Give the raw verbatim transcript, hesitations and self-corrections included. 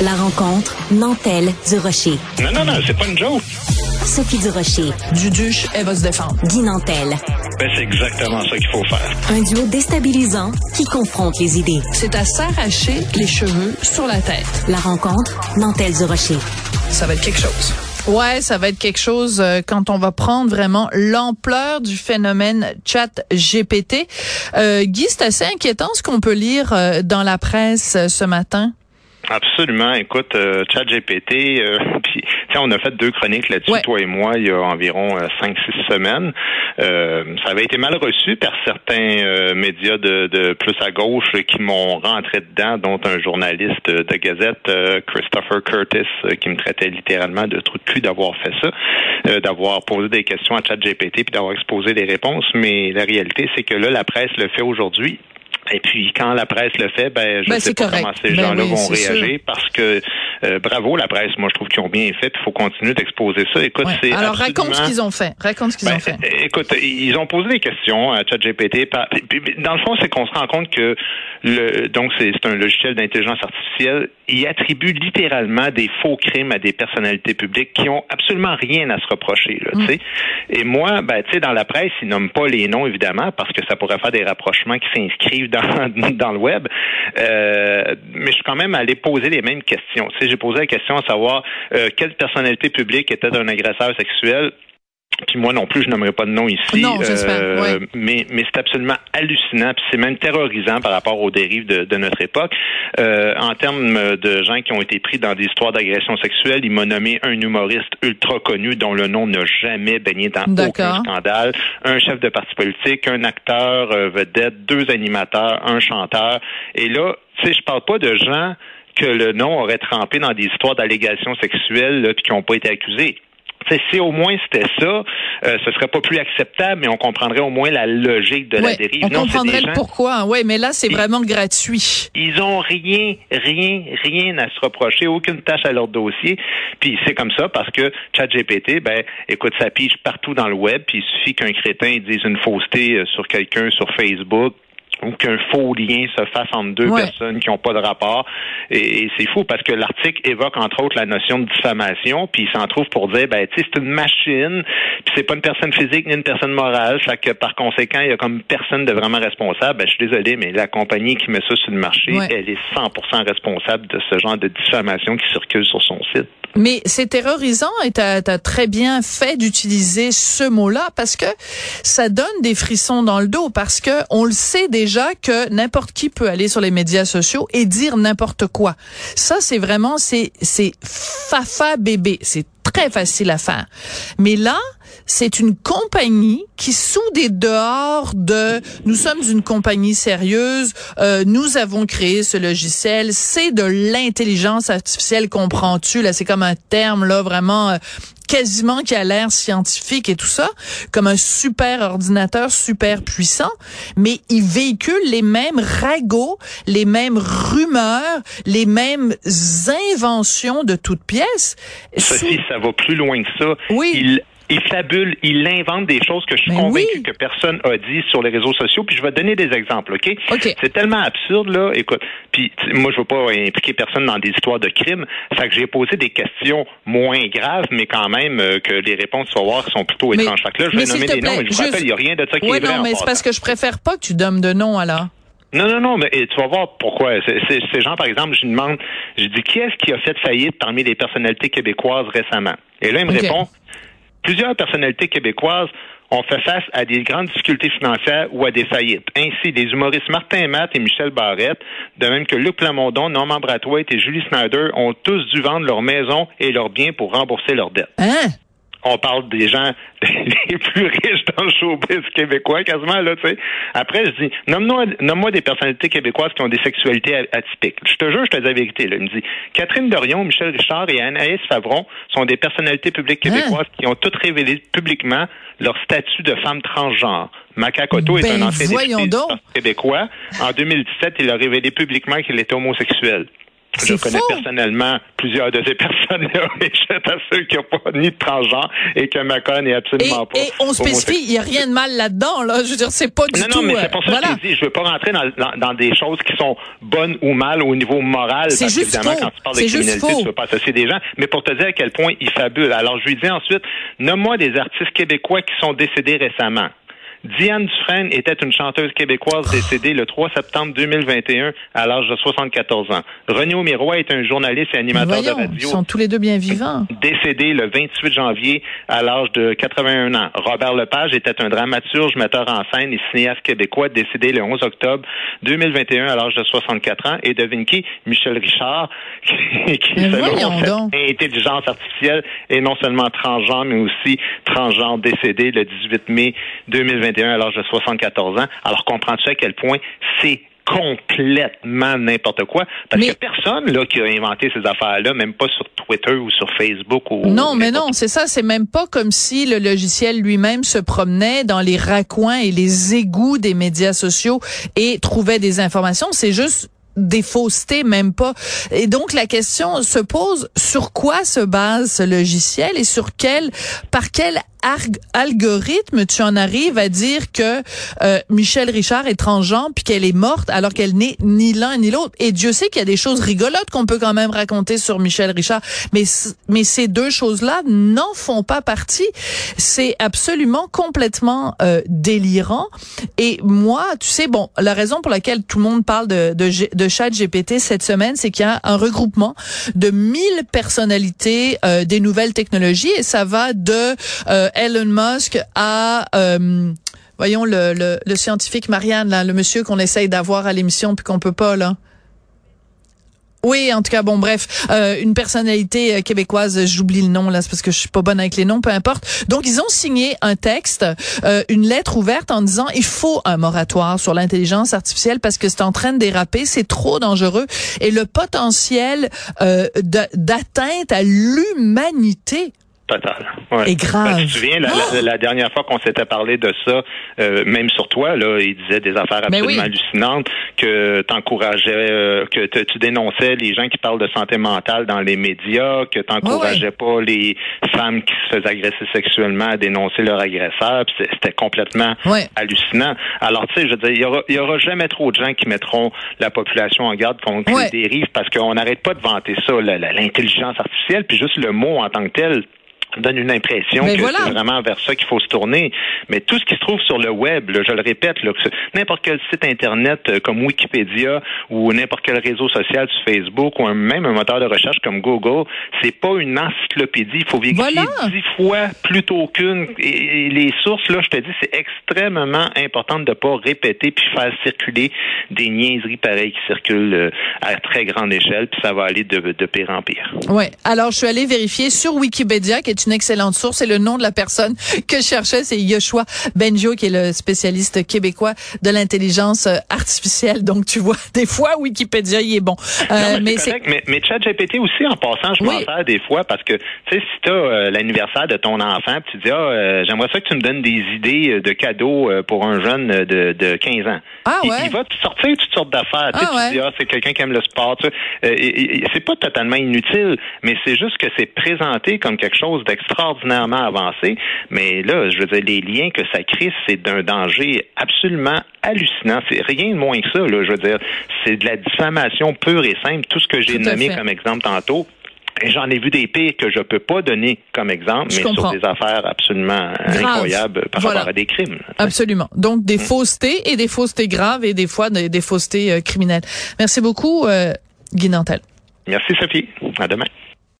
La rencontre, Nantel Durocher. Non, non, non, c'est pas une joke. Sophie Durocher. Duduche, elle va se défendre. Guy Nantel. Ben, c'est exactement ça qu'il faut faire. Un duo déstabilisant qui confronte les idées. C'est à s'arracher les cheveux sur la tête. La rencontre, Nantel Durocher. Ça va être quelque chose. Ouais, ça va être quelque chose euh, quand on va prendre vraiment l'ampleur du phénomène ChatGPT. Euh, Guy, c'est assez inquiétant ce qu'on peut lire euh, dans la presse euh, ce matin. Absolument. Écoute, euh, ChatGPT, euh, puis tiens, on a fait deux chroniques là-dessus, ouais. toi et moi, il y a environ euh, cinq, six semaines. Euh, ça avait été mal reçu par certains euh, médias de, de plus à gauche qui m'ont rentré dedans, dont un journaliste de Gazette, euh, Christopher Curtis, euh, qui me traitait littéralement de trou de cul d'avoir fait ça, euh, d'avoir posé des questions à ChatGPT puis d'avoir exposé des réponses. Mais la réalité, c'est que là, la presse le fait aujourd'hui. Et puis, quand la presse le fait, ben, je ne ben, sais pas correct. comment ces ben gens-là oui, vont réagir sûr. parce que, euh, bravo la presse, moi je trouve qu'ils ont bien fait, il faut continuer d'exposer ça. Écoute, ouais. c'est Alors, absolument... raconte ce qu'ils ont fait. Raconte ce qu'ils ben, ont fait. Écoute, ils ont posé des questions à ChatGPT. Dans le fond, c'est qu'on se rend compte que, le, donc, c'est, c'est un logiciel d'intelligence artificielle, il attribue littéralement des faux crimes à des personnalités publiques qui ont absolument rien à se reprocher, là, mm. tu sais. Et moi, ben, tu sais, dans la presse, ils nomment pas les noms, évidemment, parce que ça pourrait faire des rapprochements qui s'inscrivent dans dans le web, euh, mais je suis quand même allé poser les mêmes questions. Tu sais, j'ai posé la question à savoir euh, quelle personnalité publique était un agresseur sexuel. Puis moi non plus, je n'aimerais pas de nom ici. Non, j'espère, euh, oui. Mais, mais c'est absolument hallucinant, puis c'est même terrorisant par rapport aux dérives de, de notre époque. Euh, en termes de gens qui ont été pris dans des histoires d'agression sexuelle, il m'a nommé un humoriste ultra connu dont le nom n'a jamais baigné dans D'accord. aucun scandale, un chef de parti politique, un acteur euh, vedette, deux animateurs, un chanteur. Et là, tu sais, je parle pas de gens que le nom aurait trempé dans des histoires d'allégations sexuelles là, puis qui n'ont pas été accusés. T'sais, si au moins c'était ça, euh, ce serait pas plus acceptable, mais on comprendrait au moins la logique de ouais, la dérive. On non, comprendrait gens, le pourquoi. Oui, mais là, c'est ils, vraiment gratuit. Ils ont rien, rien, rien à se reprocher, aucune tâche à leur dossier. Puis c'est comme ça parce que ChatGPT, ben, écoute, ça pige partout dans le web. Puis il suffit qu'un crétin dise une fausseté sur quelqu'un sur Facebook, ou qu'un faux lien se fasse entre deux ouais. personnes qui n'ont pas de rapport. Et, et c'est fou parce que l'article évoque entre autres la notion de diffamation, puis il s'en trouve pour dire, ben tu sais, c'est une machine, puis c'est pas une personne physique ni une personne morale, fait que par conséquent, il y a comme personne de vraiment responsable. Ben je suis désolé, mais la compagnie qui met ça sur le marché, ouais. elle est cent pour cent responsable de ce genre de diffamation qui circule sur son site. Mais c'est terrorisant et t'as, t'as très bien fait d'utiliser ce mot-là parce que ça donne des frissons dans le dos parce que on le sait déjà que n'importe qui peut aller sur les médias sociaux et dire n'importe quoi. Ça, c'est vraiment, c'est, c'est fafa bébé. C'est très facile à faire. Mais là, c'est une compagnie qui, sous des dehors de « nous sommes une compagnie sérieuse, euh, nous avons créé ce logiciel, c'est de l'intelligence artificielle, comprends-tu? » Là, c'est comme un terme, là, vraiment... Euh, quasiment qui a l'air scientifique et tout ça, comme un super ordinateur super puissant, mais il véhicule les mêmes ragots, les mêmes rumeurs, les mêmes inventions de toutes pièces. Sophie, ça va plus loin que ça. Oui. Il... Il fabule, il invente des choses que je suis Mais convaincu oui. que personne a dit sur les réseaux sociaux. Puis je vais te donner des exemples, OK? OK. C'est tellement absurde, là. Écoute, puis moi, je veux pas impliquer personne dans des histoires de crimes. Fait que j'ai posé des questions moins graves, mais quand même euh, que les réponses, tu vas voir, sont plutôt mais, étranges. Fait que là, je vais nommer des plaît, noms, mais je vous juste... rappelle, il n'y a rien de ça qui ouais, est vrai. Non, mais c'est parce que je préfère pas que tu donnes de nom, alors. Non, non, non, mais tu vas voir pourquoi. C'est, c'est, ces gens, par exemple, je lui demande, je dis, qui est-ce qui a fait faillite parmi les personnalités québécoises récemment? Et là, il me okay. répond... Plusieurs personnalités québécoises ont fait face à des grandes difficultés financières ou à des faillites. Ainsi, les humoristes Martin Matt et Michel Barrette, de même que Luc Plamondon, Norman Brathwaite et Julie Snyder, ont tous dû vendre leur maison et leurs biens pour rembourser leurs dettes. Hein? On parle des gens les plus riches dans le showbiz québécois, quasiment, là, tu sais. Après, je dis, nomme-moi, nomme-moi des personnalités québécoises qui ont des sexualités atypiques. Je te jure, je te dis la vérité, là. Il me dit, Catherine Dorion, Michel Richard et Anaïs Favron sont des personnalités publiques québécoises hein? qui ont toutes révélé publiquement leur statut de femme transgenre. Macacoto ben, est un ancien député québécois. En deux mille dix-sept, il a révélé publiquement qu'il était homosexuel. Je connais faux. personnellement plusieurs de ces personnes-là, et je t'assure qu'il n'y a pas ni de transgenre et que Macron n'est absolument et, pas. Et on spécifie, il n'y a rien de mal là-dedans, là. Je veux dire, c'est pas du non, tout. Non, mais c'est pour ça voilà. que je dis, je veux pas rentrer dans, dans, dans des choses qui sont bonnes ou mal au niveau moral. C'est parce juste qu'évidemment, faux. quand tu parles c'est de criminalité, faux. tu veux pas associer des gens. Mais pour te dire à quel point il fabule. Alors, je lui dis ensuite, nomme-moi des artistes québécois qui sont décédés récemment. Diane Dufresne était une chanteuse québécoise décédée le trois septembre deux mille vingt et un à l'âge de soixante-quatorze ans. René Aumirois est un journaliste et animateur Voyons, de radio. Ils sont tous les deux bien vivants. Décédé le vingt-huit janvier à l'âge de quatre-vingt-un ans. Robert Lepage était un dramaturge, metteur en scène et cinéaste québécois décédé le onze octobre deux mille vingt et un à l'âge de soixante-quatre ans. Et devine qui? Michel Richard, qui, qui selon cette intelligence artificielle est non seulement transgenre, mais aussi transgenre décédé le dix-huit mai deux mille vingt et un à l'âge de soixante-quatorze ans. Alors, comprends-tu à quel point c'est complètement n'importe quoi? Parce mais... qu'il n'y a personne là, qui a inventé ces affaires-là, même pas sur Twitter ou sur Facebook. Ou non, mais non, c'est ça. C'est même pas comme si le logiciel lui-même se promenait dans les raccoins et les égouts des médias sociaux et trouvait des informations. C'est juste des faussetés, même pas. Et donc, la question se pose, sur quoi se base ce logiciel et sur quel, par quel algorithme tu en arrives à dire que euh, Michel Richard est transgenre puis qu'elle est morte alors qu'elle n'est ni l'un ni l'autre. Et Dieu sait qu'il y a des choses rigolotes qu'on peut quand même raconter sur Michel Richard, mais mais ces deux choses-là n'en font pas partie. C'est absolument complètement euh, délirant. Et moi, tu sais, bon, la raison pour laquelle tout le monde parle de de, de ChatGPT cette semaine, c'est qu'il y a un regroupement de mille personnalités euh, des nouvelles technologies et ça va de euh, Elon Musk à euh, voyons le, le le scientifique Marianne là, le monsieur qu'on essaye d'avoir à l'émission puis qu'on peut pas là. Oui, en tout cas, bon, bref, euh, une personnalité québécoise, j'oublie le nom là, c'est parce que je suis pas bonne avec les noms, peu importe. Donc, ils ont signé un texte, euh, une lettre ouverte en disant il faut un moratoire sur l'intelligence artificielle parce que c'est en train de déraper, c'est trop dangereux et le potentiel euh, de, d'atteinte à l'humanité. Total. Ouais. Et grave. Ben, tu te souviens, la, oh! la, la dernière fois qu'on s'était parlé de ça, euh, même sur toi, là, il disait des affaires absolument oui. hallucinantes, que t'encourageais, euh, que te, tu dénonçais les gens qui parlent de santé mentale dans les médias, que t'encourageais oh, oui. pas les femmes qui se faisaient agresser sexuellement à dénoncer leur agresseur, puis c'était complètement ouais. hallucinant. Alors, tu sais, je veux dire, il y aura, il y aura jamais trop de gens qui mettront la population en garde contre ouais. les dérives parce qu'on n'arrête pas de vanter ça, la, la, l'intelligence artificielle, puis juste le mot en tant que tel donne une impression mais que voilà. c'est vraiment vers ça qu'il faut se tourner. Mais tout ce qui se trouve sur le web, là, je le répète, là, que n'importe quel site Internet euh, comme Wikipédia ou n'importe quel réseau social sur Facebook ou un, même un moteur de recherche comme Google, c'est pas une encyclopédie. Il faut vérifier voilà. dix fois plutôt qu'une. Et, et les sources, là, je te dis, c'est extrêmement important de ne pas répéter puis faire circuler des niaiseries pareilles qui circulent euh, à très grande échelle, puis ça va aller de, de pire en pire. Ouais. Alors, je suis allée vérifier sur Wikipédia, qui est une excellente source. Et le nom de la personne que je cherchais, c'est Yoshua Bengio, qui est le spécialiste québécois de l'intelligence artificielle. Donc, tu vois, des fois, Wikipédia, il est bon. Euh, non, mais, mais c'est correct, mais, mais ChatGPT aussi, en passant, je oui. m'en sers des fois parce que, tu sais, si tu as euh, l'anniversaire de ton enfant, puis tu dis, ah, euh, j'aimerais ça que tu me donnes des idées de cadeaux euh, pour un jeune de, de quinze ans. Ah ouais? Il, il va te sortir toutes sortes d'affaires. Ah tu ouais. dis, ah, c'est quelqu'un qui aime le sport. Tu sais. euh, et, et, c'est pas totalement inutile, mais c'est juste que c'est présenté comme quelque chose d'extraordinairement avancé. Mais là, je veux dire, les liens que ça crée, c'est d'un danger absolument hallucinant. C'est rien de moins que ça, là. Je veux dire, c'est de la diffamation pure et simple. Tout ce que j'ai nommé comme exemple tantôt. Et j'en ai vu des pires que je peux pas donner comme exemple, je mais comprends. Sur des affaires absolument Grave. incroyables par voilà. rapport à des crimes. Absolument. Donc, des mmh. faussetés et des faussetés graves et des fois des, des faussetés euh, criminelles. Merci beaucoup, euh, Guy Nantel. Merci, Sophie. À demain.